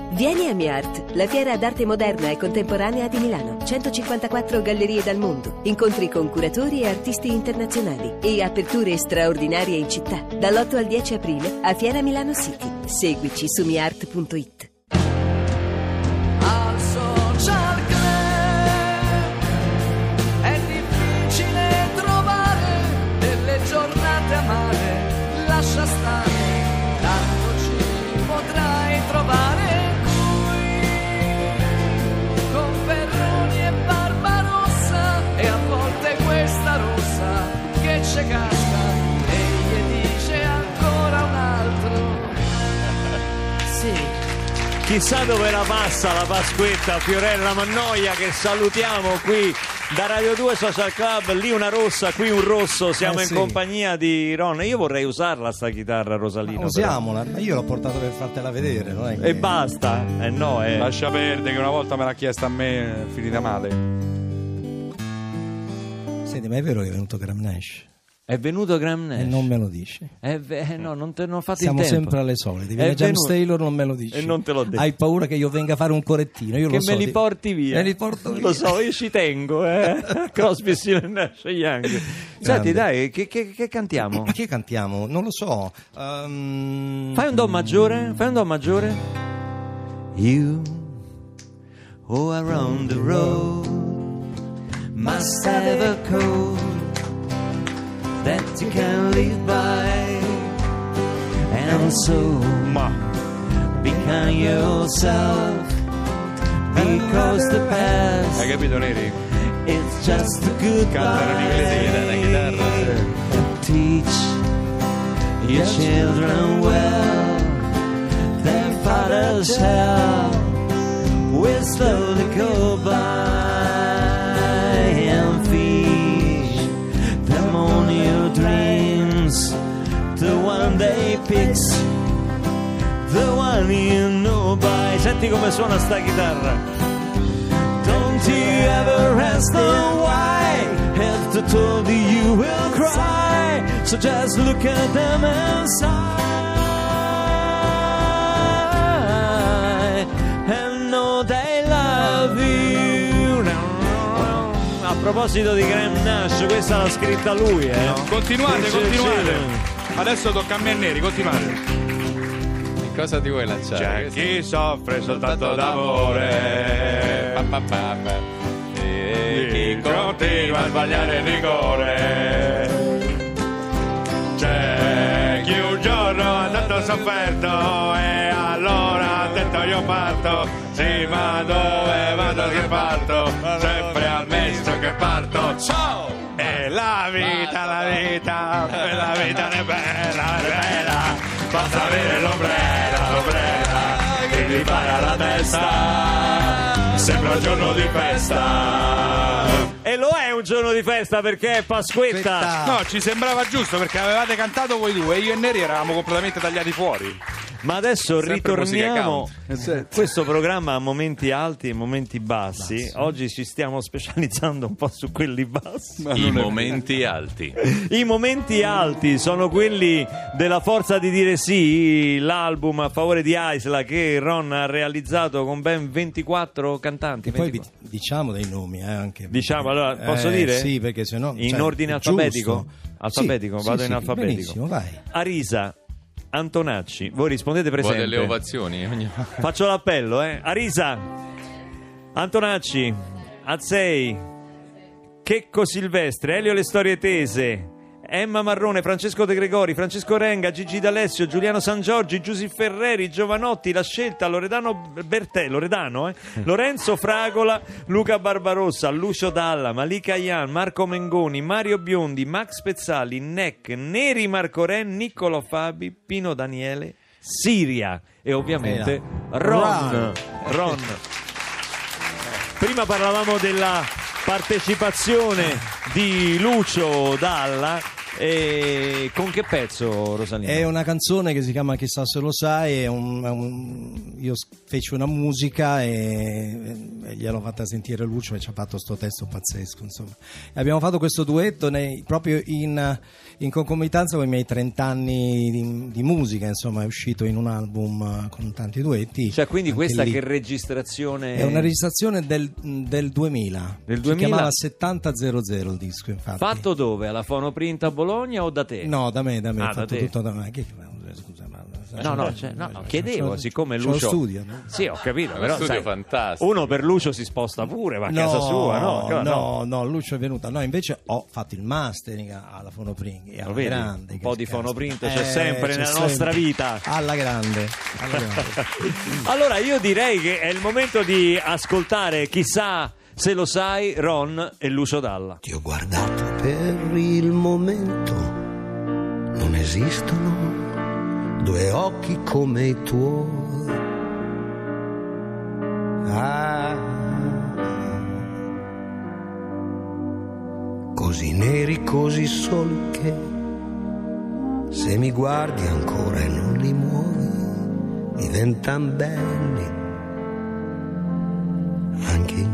Vieni a MiArt, la fiera d'arte moderna e contemporanea di Milano. 154 gallerie dal mondo, incontri con curatori e artisti internazionali e aperture straordinarie in città. Dall'8 al 10 aprile a Fiera Milano City. Seguici su miart.it. Al Social Club è difficile trovare delle giornate amare. Lascia stare, tanto ci potrai trovare. Che casca e gli dice ancora un altro. Sì. Chissà dove la passa la Pasquetta Fiorella Mannoia, che salutiamo qui da Radio 2 Social Club. Lì una rossa, qui un rosso. Siamo in compagnia di Ron. Io vorrei usarla sta chitarra, Rosalino. Usiamola, ma io l'ho portata per fartela vedere, non è che... E basta. No, Lascia perdere che una volta me l'ha chiesta a me, finita male. Senti, ma è vero che è venuto Graham Nash? È venuto Graham Nash. E non me lo dici. No, non fate Siamo in tempo. sempre alle solite. Viene James Taylor, non me lo dici. E non te l'ho detto. Hai paura che io venga a fare un correttino? Io che lo so, me li porti via. Me li porto via. Lo so, io ci tengo. Crosby, Stills e Nash Young. Senti, dai, che cantiamo? Che cantiamo? Non lo so. Fai un do maggiore? You, around the road, must have a code that you can live by, and so be kind yourself, because the past, Hai capito, Neri? it's just a goodbye. Cantano in inglese la chitarra. Teach your children well, their father's hell will slowly go by, and feed them on your dreams. The one they picks, the one you know by. Senti come suona sta chitarra. Don't you ever ask them why, if they told you will cry, so just look at them and sigh, and know they love you. A proposito di Graham Nash, questa l'ha scritta lui, No. Continuate. Adesso tocca a me e Neri, continuate. Cosa ti vuoi lanciare? C'è chi soffre soltanto d'amore e chi continua a sbagliare il rigore. C'è chi un giorno ha tanto sofferto e allora ha detto io parto. Sì, ma dove vado che parto? Sempre al messo che parto. Ciao! E la vita è bella. Basta avere l'ombrella che mi para la testa. Sembra un giorno di festa. E lo è un giorno di festa perché è Pasquetta. No, ci sembrava giusto perché avevate cantato voi due e io e Neri eravamo completamente tagliati fuori. Ma adesso Sempre ritorniamo. musica Questo programma ha momenti alti e momenti bassi. Oggi ci stiamo specializzando un po' su quelli bassi. I momenti alti. I momenti alti sono quelli della Forza di dire sì, l'album a favore di Aisla che Ron ha realizzato con ben 24 cantanti. E poi diciamo dei nomi anche. Diciamo, allora, posso dire? Sì, perché sennò in ordine alfabetico? Giusto. Alfabetico, Sì, vado sì, in alfabetico. Benissimo, vai. Arisa, Antonacci, voi rispondete Vuoi presente. delle ovazioni? Faccio l'appello, Arisa, Antonacci, Azzei, Checco Silvestre, Elio Le Storie Tese, Emma Marrone, Francesco De Gregori, Francesco Renga, Gigi D'Alessio, Giuliano San Giorgi, Giusy Ferreri, Giovanotti, La Scelta, Loredano Lorenzo Fragola, Luca Barbarossa, Lucio Dalla, Malika Ian, Marco Mengoni, Mario Biondi, Max Pezzali, Neck, Neri Marco Ren, Niccolo Fabi, Pino Daniele, Siria e ovviamente Ron. Prima parlavamo della partecipazione di Lucio Dalla E con che pezzo, Rosalino? È una canzone che si chiama Chissà se lo sai, io feci una musica e gliel'ho fatta sentire Lucio e ci ha fatto sto testo pazzesco, insomma. E abbiamo fatto questo duetto proprio in concomitanza con i miei 30 anni di musica, insomma, è uscito in un album con tanti duetti. Cioè, quindi anche questa lì. che registrazione? È una registrazione del 2000. Del 2000? Si chiamava 7000 il disco, infatti. Fatto dove? Alla Fonoprint a Bologna o da te? No, da me, Ah, fatto da te. tutto da me. Scusa, ma No, chiedevo, siccome c'ho Lucio... lo studio, no? Sì, ho capito, Uno però studio sai, fantastico. uno per Lucio si sposta pure, va a casa sua, no? No, Lucio è venuto. No, invece ho fatto il mastering alla Fonoprint e Lo alla vedi? grande. Un po' di caspita. Fonoprint c'è sempre c'è nella sempre. nostra vita. Alla grande. Allora io direi che è il momento di ascoltare Chissà se lo sai, Ron e Lucio Dalla. Ti ho guardato per il momento, non esistono due occhi come i tuoi. Così neri, così soli che se mi guardi ancora e non li muovi, diventan belli anche i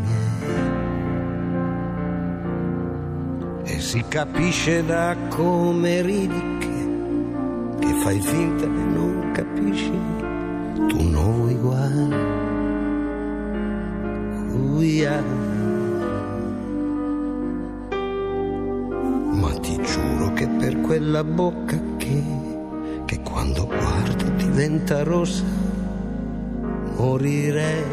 miei. E si capisce da come ridi che fai finta che non capisci, tu non vuoi guai. Ma ti giuro che per quella bocca che quando guardo diventa rossa, morirei,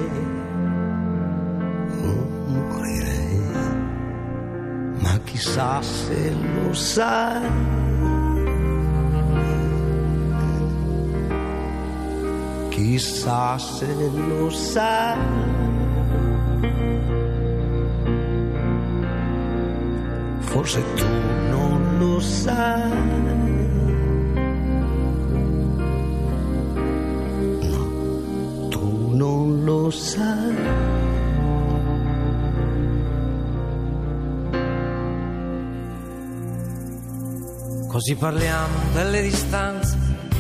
morirei. Ma chissà se lo sai, chissà se lo sai. Forse tu non lo sai. No, tu non lo sai. Così parliamo delle distanze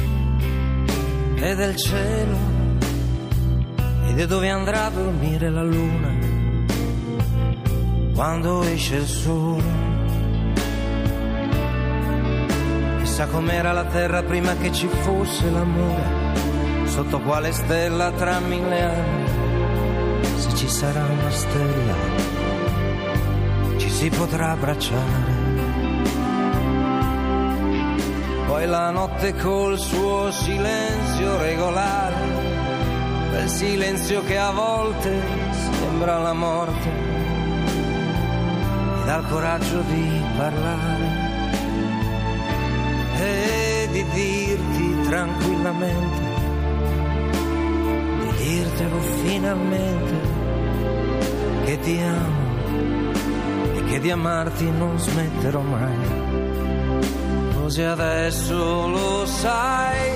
e del cielo e di dove andrà a dormire la luna quando esce il sole. Chissà com'era la terra prima che ci fosse l'amore, sotto quale stella tra 1000 anni, se ci sarà una stella, ci si potrà abbracciare. Poi la notte col suo silenzio regolare, quel silenzio che a volte sembra la morte, mi dà il coraggio di parlare e di dirti tranquillamente, di dirtelo finalmente, che ti amo e che di amarti non smetterò mai. Così adesso lo sai,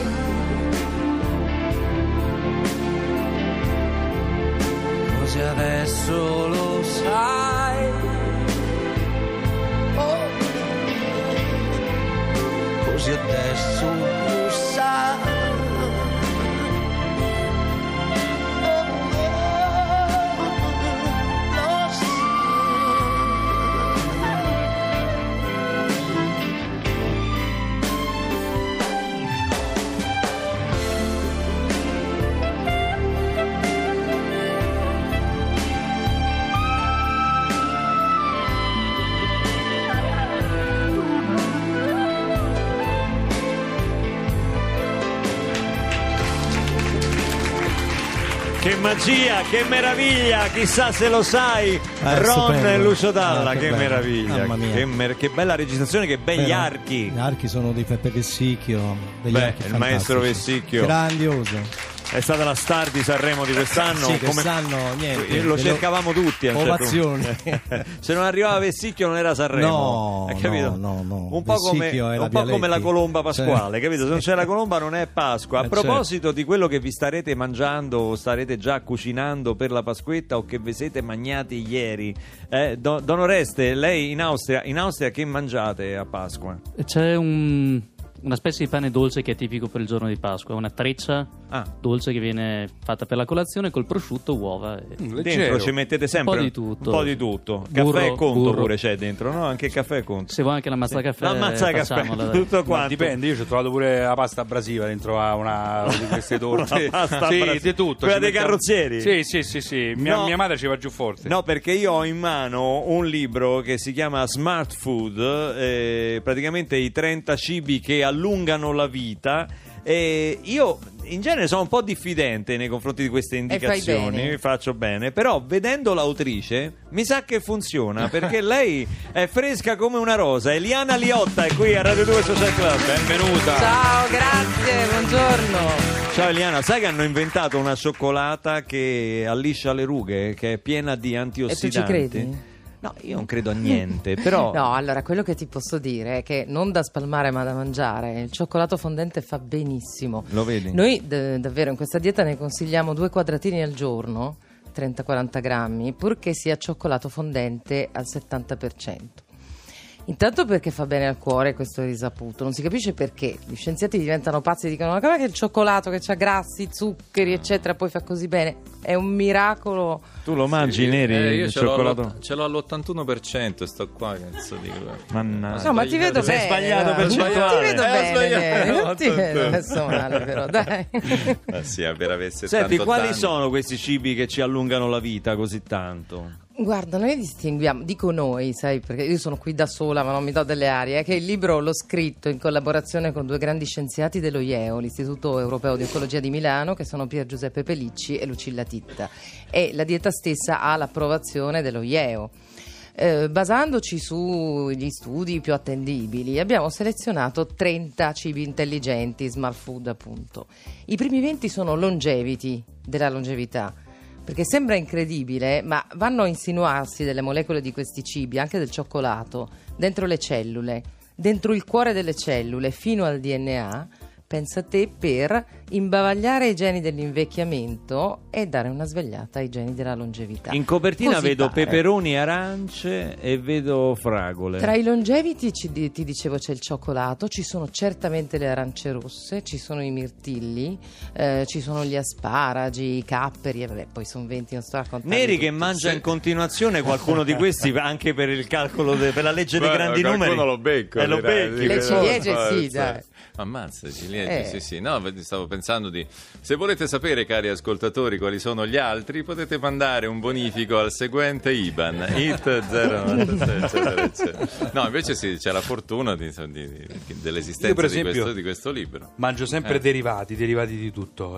così adesso lo sai. Oh. Così adesso lo sai. Lo sai. Che magia, che meraviglia, chissà se lo sai, Ron stupendo. e Lucio Dalla, Che che bello. meraviglia, Mamma mia. che bella registrazione, che begli Vero? archi. Gli archi sono di Peppe Vessicchio, degli Beh, archi il maestro fantastici. Vessicchio. Grandioso. è stata la star di Sanremo di quest'anno. Sì, quest'anno niente. Lo cercavamo tutti. Ovazioni. Se non arrivava Vessicchio non era Sanremo. No, hai capito? no. Un po' come la colomba pasquale, capito? Se non c'è la colomba non è Pasqua. A proposito di quello che vi starete mangiando o starete già cucinando per la Pasquetta o che vi siete mangiati ieri, Don Oreste, lei in Austria che mangiate a Pasqua? C'è una specie di pane dolce che è tipico per il giorno di Pasqua, una treccia dolce che viene fatta per la colazione col prosciutto, uova e... Dentro ci mettete sempre un po' di tutto. Burro, caffè e conto burro. Pure c'è dentro, no? Anche il caffè e conto. Se vuoi anche la mazza caffè, la mazza caffè, tutto quanto. Dipende, io ci ho trovato pure la pasta abrasiva dentro a una di queste torte. Sì, di tutto. Quella dei carrozzieri? Sì. Mia madre ci va giù forte. No, perché io ho in mano un libro che si chiama Smart Food, praticamente i 30 cibi che allungano la vita. Io in genere sono un po' diffidente nei confronti di queste indicazioni, faccio bene, però vedendo l'autrice mi sa che funziona, perché lei è fresca come una rosa. Eliana Liotta è qui a Radio 2 Social Club, benvenuta. Ciao, grazie, buongiorno. Ciao Eliana, sai che hanno inventato una cioccolata che alliscia le rughe, che è piena di antiossidanti? E tu ci credi? No, io non credo a niente, però... No, allora, quello che ti posso dire è che non da spalmare ma da mangiare, il cioccolato fondente fa benissimo. Lo vedi? Noi davvero in questa dieta ne consigliamo 2 quadratini al giorno, 30-40 grammi, purché sia cioccolato fondente al 70%. Intanto perché fa bene al cuore, questo è risaputo, non si capisce perché gli scienziati diventano pazzi e dicono: ma com'è che il cioccolato che ha grassi, zuccheri eccetera poi fa così bene? È un miracolo. Tu lo mangi, Neri, io il cioccolato? Ce l'ho all'81%, sto qua, cazzo dico. Mannaggia. No, ma ti vedo bene. Sei sbagliato percentuale. Ti vedo bene, non ti vedo messo male, però dai. Sì, per avere 70 Senti, quali anni. sono questi cibi che ci allungano la vita così tanto? Guarda, noi distinguiamo, dico noi, sai, perché io sono qui da sola ma non mi do delle arie, che il libro l'ho scritto in collaborazione con 2 grandi scienziati dello IEO, l'Istituto Europeo di Ecologia di Milano, che sono Pier Giuseppe Pelicci e Lucilla Titta, e la dieta stessa ha l'approvazione dello IEO. Basandoci sugli studi più attendibili abbiamo selezionato 30 cibi intelligenti, smart food appunto. I primi 20 sono longevity, della longevità, perché sembra incredibile, ma vanno a insinuarsi delle molecole di questi cibi, anche del cioccolato, dentro le cellule, dentro il cuore delle cellule, fino al DNA, pensa te, per imbavagliare i geni dell'invecchiamento e dare una svegliata ai geni della longevità. In copertina Così vedo pare. peperoni, arance e vedo fragole. Tra i longevity ti dicevo c'è il cioccolato, ci sono certamente le arance rosse, ci sono i mirtilli, ci sono gli asparagi, i capperi, e vabbè, poi sono 20, non sto a raccontare. Neri che mangia in continuazione qualcuno di questi anche per il calcolo per la legge dei grandi numeri. Lo becco. Lo becchi. Le ciliegie sì, dai. Ammazza, ciliegie, sì. No, stavo pensando di... Se volete sapere, cari ascoltatori, quali sono gli altri, potete mandare un bonifico al seguente IBAN, IT 096, eccetera. No, invece sì, c'è la fortuna dell'esistenza Io, per esempio, di questo libro. Mangio sempre derivati di tutto.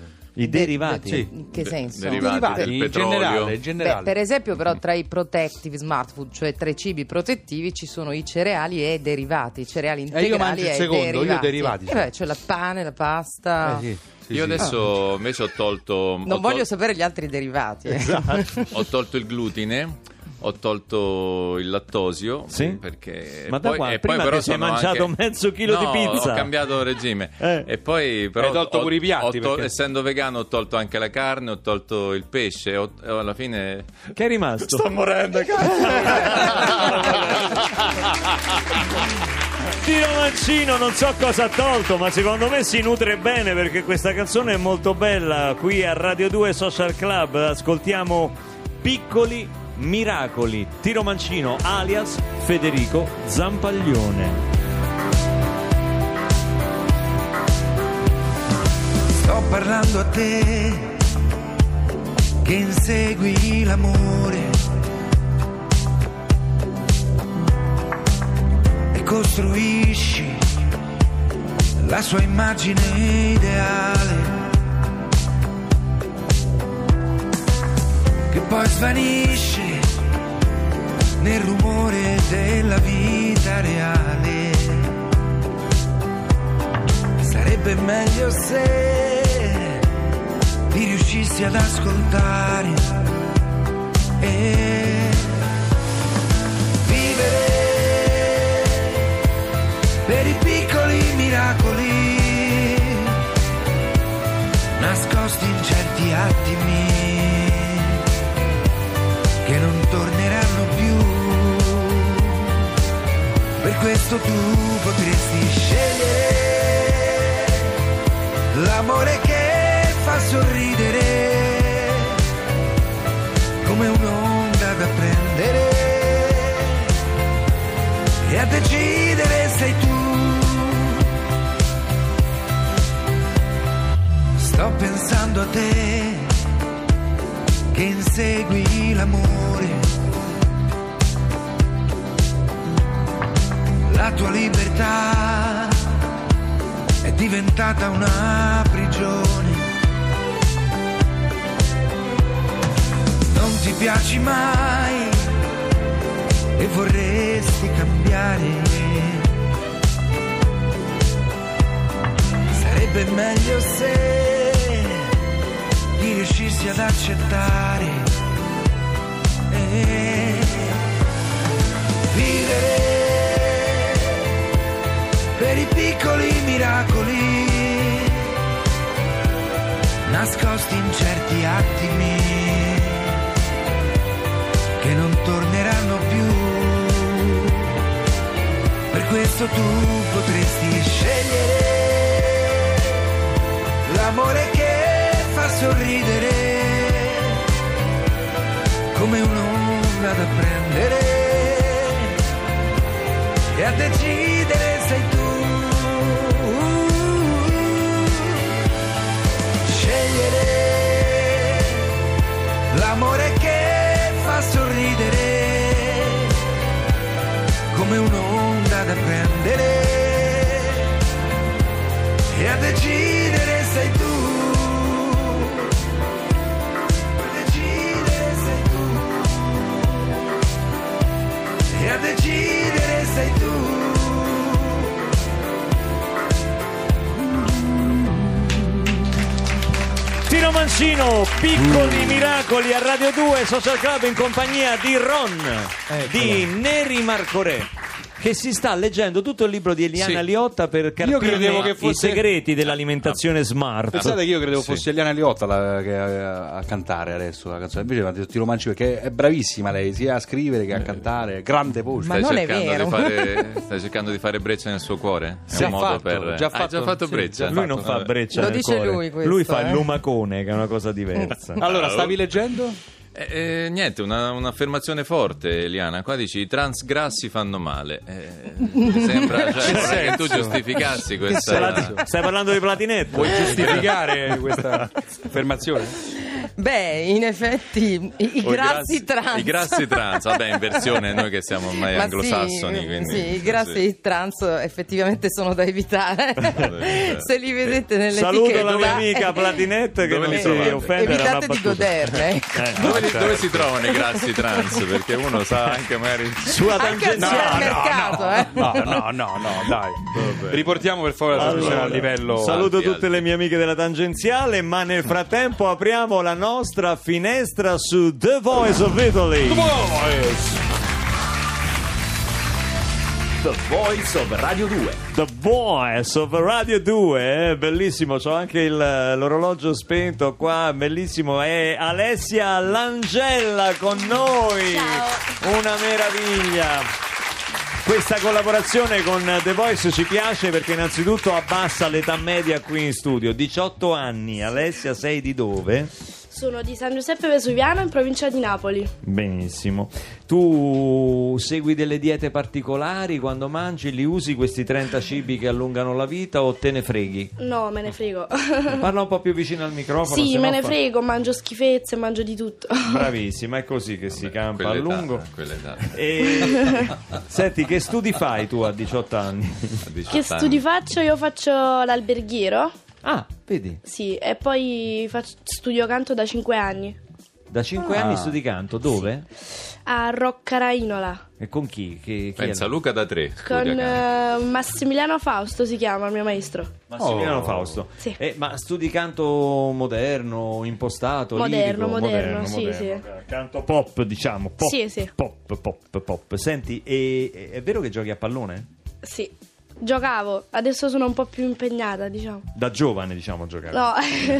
I derivati? Sì. In che senso? Derivati del in petrolio. generale. Per esempio, però, tra i protective smart food, cioè tra i cibi protettivi, ci sono i cereali e i derivati, i cereali integrali io mangio il secondo, io derivati. C'è la pane, la pasta. Sì, Io adesso invece ho tolto... Non voglio sapere gli altri derivati. Ho tolto il glutine. Ho tolto il lattosio, sì? Perché ma poi, da qua, e prima poi però ti sei sono mangiato anche... mezzo chilo di pizza. Ho cambiato regime e poi però hai tolto pure i piatti perché... essendo vegano ho tolto anche la carne, ho tolto il pesce e alla fine che è rimasto? Sto morendo, Tiro Mancino non so cosa ha tolto, ma secondo me si nutre bene, perché questa canzone è molto bella. Qui a Radio 2 Social Club ascoltiamo Piccoli Miracoli, Tiro Mancino alias Federico Zampaglione. Sto parlando a te che insegui l'amore e costruisci la sua immagine ideale, che poi svanisce nel rumore della vita reale. Sarebbe meglio se li riuscissi ad ascoltare e vivere per i piccoli miracoli nascosti in certi attimi che non torneranno più. Per questo tu potresti scegliere l'amore che fa sorridere come un'onda da prendere e a decidere sei tu. Sto pensando a te che insegui l'amore, la tua libertà è diventata una prigione. Non ti piaci mai e vorresti cambiare. Sarebbe meglio se ti riuscissi ad accettare e vivere per i piccoli miracoli nascosti in certi attimi che non torneranno più. Per questo tu potresti scegliere l'amore che fa sorridere come un'onda da prendere e a decidere sei tu. Scegliere l'amore che fa sorridere come un'onda da prendere e a decidere sei tu. E a decidere sei tu. Tino Mancino, piccoli miracoli a Radio 2 Social Club in compagnia di Ron, di Neri Marcorè, che si sta leggendo tutto il libro di Eliana Liotta per capire i segreti dell'alimentazione smart. Pensate che io credevo fosse Eliana Liotta a cantare adesso la canzone, invece mi ha detto Tino Mancino, perché è bravissima lei sia a scrivere che a cantare, grande voce. Ma non è vero. Stai cercando di fare breccia nel suo cuore? È Già un modo fatto, per... già Hai già fatto breccia? Lui non fa breccia Lo nel dice cuore. lui questo, Lui fa il lumacone, che è una cosa diversa. Allora, stavi leggendo? Niente, un'affermazione forte, Eliana. Qua dici i transgrassi fanno male. Mi sembra che tu giustificassi questa. Stai parlando di Platinetto? Vuoi giustificare questa affermazione? Beh, in effetti i grassi trans. I grassi trans, vabbè, in versione noi che siamo ormai anglosassoni. Sì, quindi, sì, i grassi trans effettivamente sono da evitare. Se li vedete nell'etichetta. Saluto la mia amica Platinette che non si offende. Evitate di goderne. Dove si trovano i grassi trans? Perché uno sa anche magari sulla tangenziale al mercato. No, dai. Riportiamo per favore la situazione a livello. Saluto tutte le mie amiche della tangenziale, ma nel frattempo apriamo la nostra finestra su The Voice of Italy. The Voice of Radio 2. The Voice of Radio 2, bellissimo, c'ho anche l'orologio spento qua, bellissimo, è Alessia Langella con noi. Ciao. Una meraviglia. Questa collaborazione con The Voice ci piace perché innanzitutto abbassa l'età media qui in studio, 18 anni. Alessia, sei di dove? Sono di San Giuseppe Vesuviano in provincia di Napoli. Benissimo. Tu segui delle diete particolari quando mangi? Li usi questi 30 cibi che allungano la vita o te ne freghi? No, me ne frego. Parla un po' più vicino al microfono. Sì, me ne frego, mangio schifezze, mangio di tutto. Bravissima, è così che si campa a lungo. Quell'età. Senti, che studi fai tu a 18 anni? Studi faccio? Io faccio l'alberghiero. Ah, vedi? Sì, e poi studio canto da 5 anni. Da 5 anni studi canto, dove? A Roccarainola. E con chi? Chi Pensa, è? Luca da 3. Con Massimiliano Fausto si chiama il mio maestro. Massimiliano Fausto. Sì. Ma studi canto moderno, impostato, Moderno, lirico? moderno, sì, sì. Canto pop, diciamo. Pop, Sì, sì. Pop. Senti, è vero che giochi a pallone? Sì. Giocavo, adesso sono un po' più impegnata, diciamo. Da giovane, diciamo, giocare. No,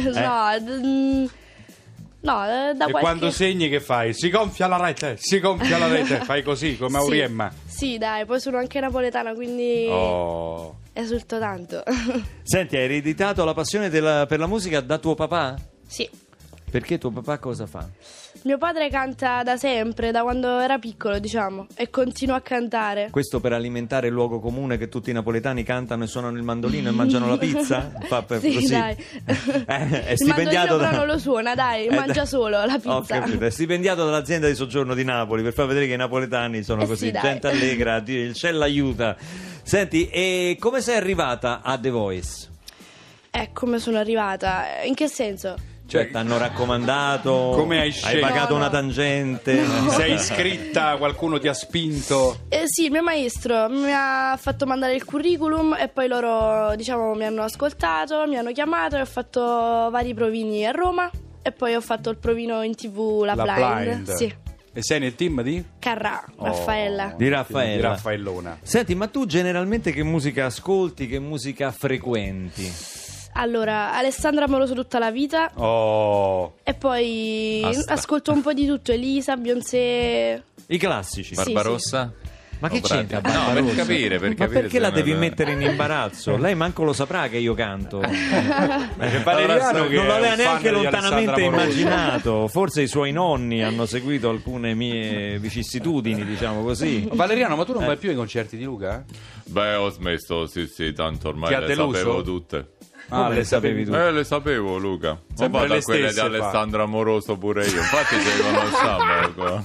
no, da E qualche... quando segni che fai? Si gonfia la rete, fai così come Auriemma. Sì, dai, poi sono anche napoletana, quindi Oh. esulto tanto. Senti, hai ereditato la passione per la musica da tuo papà? Sì. Perché tuo papà cosa fa? Mio padre canta da sempre, da quando era piccolo, diciamo, e continua a cantare. Questo per alimentare il luogo comune che tutti i napoletani cantano e suonano il mandolino e mangiano la pizza? Sì, così. dai. È Il stipendiato mandolino però non lo suona, dai, mangia solo la Ho pizza. capito, è stipendiato dall'azienda di soggiorno di Napoli per far vedere che i napoletani sono così, sì, dai. gente allegra, il cielo aiuta. Senti, e come sei arrivata a The Voice? Come sono arrivata? In che senso? Cioè, ti hanno raccomandato? Come hai Hai scelto? pagato No, una no. tangente? Ti sei iscritta, qualcuno ti ha spinto? Sì, il mio maestro mi ha fatto mandare il curriculum e poi loro, diciamo, mi hanno ascoltato, mi hanno chiamato e ho fatto vari provini a Roma e poi ho fatto il provino in TV, la Blind. Sì. E sei nel team di? Carrà, Raffaella. Di Raffaella. Di Raffaellona. Senti, ma tu generalmente che musica ascolti, che musica frequenti? Allora, Alessandra Amoroso tutta la vita Oh. e poi Basta. ascolto un po' di tutto, Elisa, Beyoncé. I classici. Sì, Barbarossa? Ma che Oh, bravi. c'entra No, Barbarossa? per capire, Ma capire perché la se- devi mettere in imbarazzo? Lei manco lo saprà che io canto. C'è Valeriano Allora, che non è l'aveva un neanche fan di lontanamente Alessandra Amoroso. immaginato. Forse i suoi nonni hanno seguito alcune mie vicissitudini, diciamo così. Valeriano, ma tu non vai più ai concerti di Luca? Beh, ho smesso, sì, tanto ormai Ti ha le deluso? sapevo tutte. Come le sapevi tu? Le sapevo, Luca. Ma Sempre vado le a quelle di stesse, fa. Alessandro Amoroso pure io. Infatti ci conosciamo. Ecco.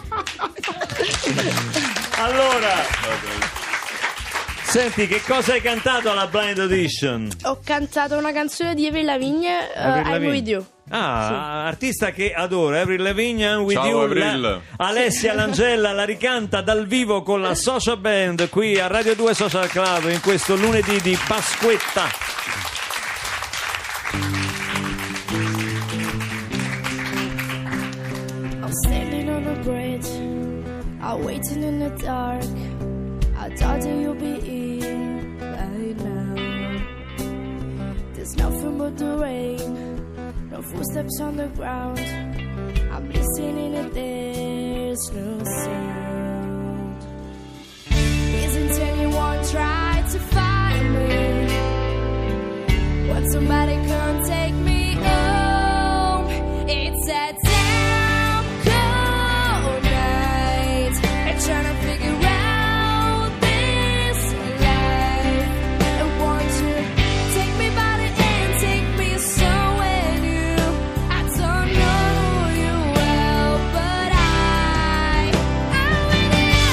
Allora, senti, che cosa hai cantato alla Blind Audition? Ho cantato una canzone di Avril Lavigne, Avril I'm Lavigne. With You. Artista che adoro, Avril Lavigne, I'm With Ciao, You. Avril. Alessia Langella la ricanta dal vivo con la Social Band qui a Radio 2 Social Club in questo lunedì di Pasquetta. I'm standing on a bridge, I'm waiting in the dark. I thought that you'll be in by now. There's nothing but the rain, no footsteps on the ground. I'm listening and there's no sound. Isn't anyone trying to find me? When somebody come take me home, it's a damn cold night. And trying to figure out this life. And won't you take me by the hand, take me somewhere new? I don't know you well, but I'm with you.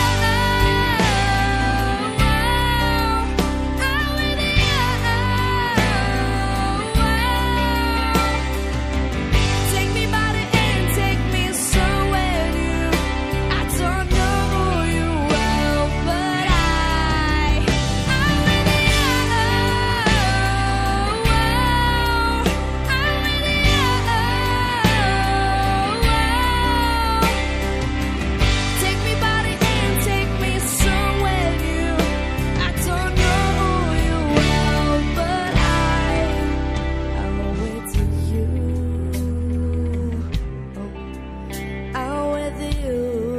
I'm with you. Take me by the hand, take me somewhere new. I don't know you well, but I'm with you. Take me by the hand, take me somewhere new. I don't know you well, but I'm with you. I'm with you.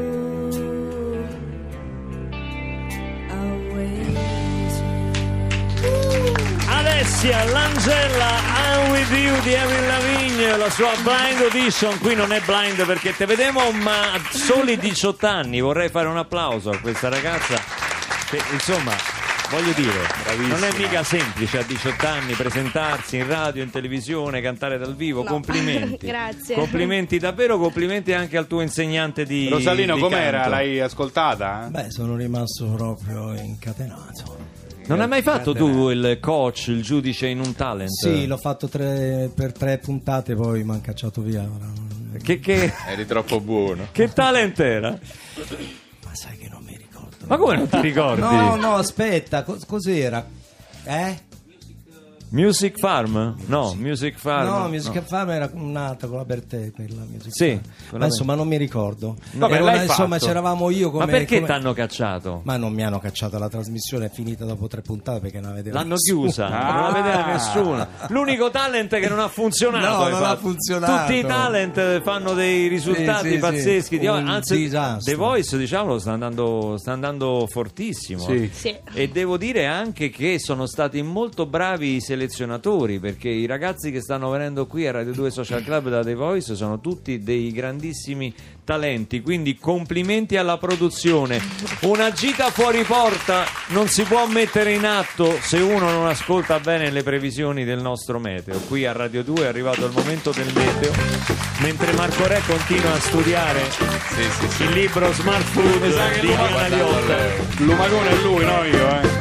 I'm with you. Alessia Langella, I'm With You di Avril Lavigne, la sua Blind Audition. Qui non è blind perché te vedemo, ma a soli 18 anni. Vorrei fare un applauso a questa ragazza che, insomma, voglio dire, non è mica semplice a 18 anni presentarsi in radio, in televisione, cantare dal vivo. No. Complimenti. Grazie. Complimenti davvero, complimenti anche al tuo insegnante di Rosalino, di com'era? canto. L'hai ascoltata? Beh, sono rimasto proprio incatenato. Non hai mai fatto tu il coach, il giudice in un talent? Sì, l'ho fatto per 3 puntate, poi mi hanno cacciato via. Ora Che Eri troppo buono. Che talent era? Ma sai che non mi ricordo. Ma come non ti ricordi? No, aspetta, cos'era? Music Farm? No, Music Farm. No, Music Farm era un'altra con la Bertè, quella Music Sì, Farm. Ma insomma non mi ricordo. Vabbè, l'hai insomma fatto. c'eravamo io come... Ma perché come... t'hanno cacciato? Ma non mi hanno cacciato, la trasmissione è finita dopo 3 puntate perché non la vedeva L'hanno nessuno. chiusa, non la vedeva nessuno. L'unico talent che non ha funzionato. No, hai non ha fatto. funzionato. Tutti i talent fanno dei risultati Sì, pazzeschi. sì. Un Anzi, disastro. The Voice, diciamolo, sta andando fortissimo. Sì. Sì. E devo dire anche che sono stati molto bravi i selezionatori, perché i ragazzi che stanno venendo qui a Radio 2 Social Club da The Voice sono tutti dei grandissimi talenti, quindi complimenti alla produzione. Una gita fuori porta non si può mettere in atto se uno non ascolta bene le previsioni del nostro meteo. Qui a Radio 2 è arrivato il momento del meteo, mentre Marco Re continua a studiare il libro Smart Food di Diana Liotta. Lumagone è lui, no io,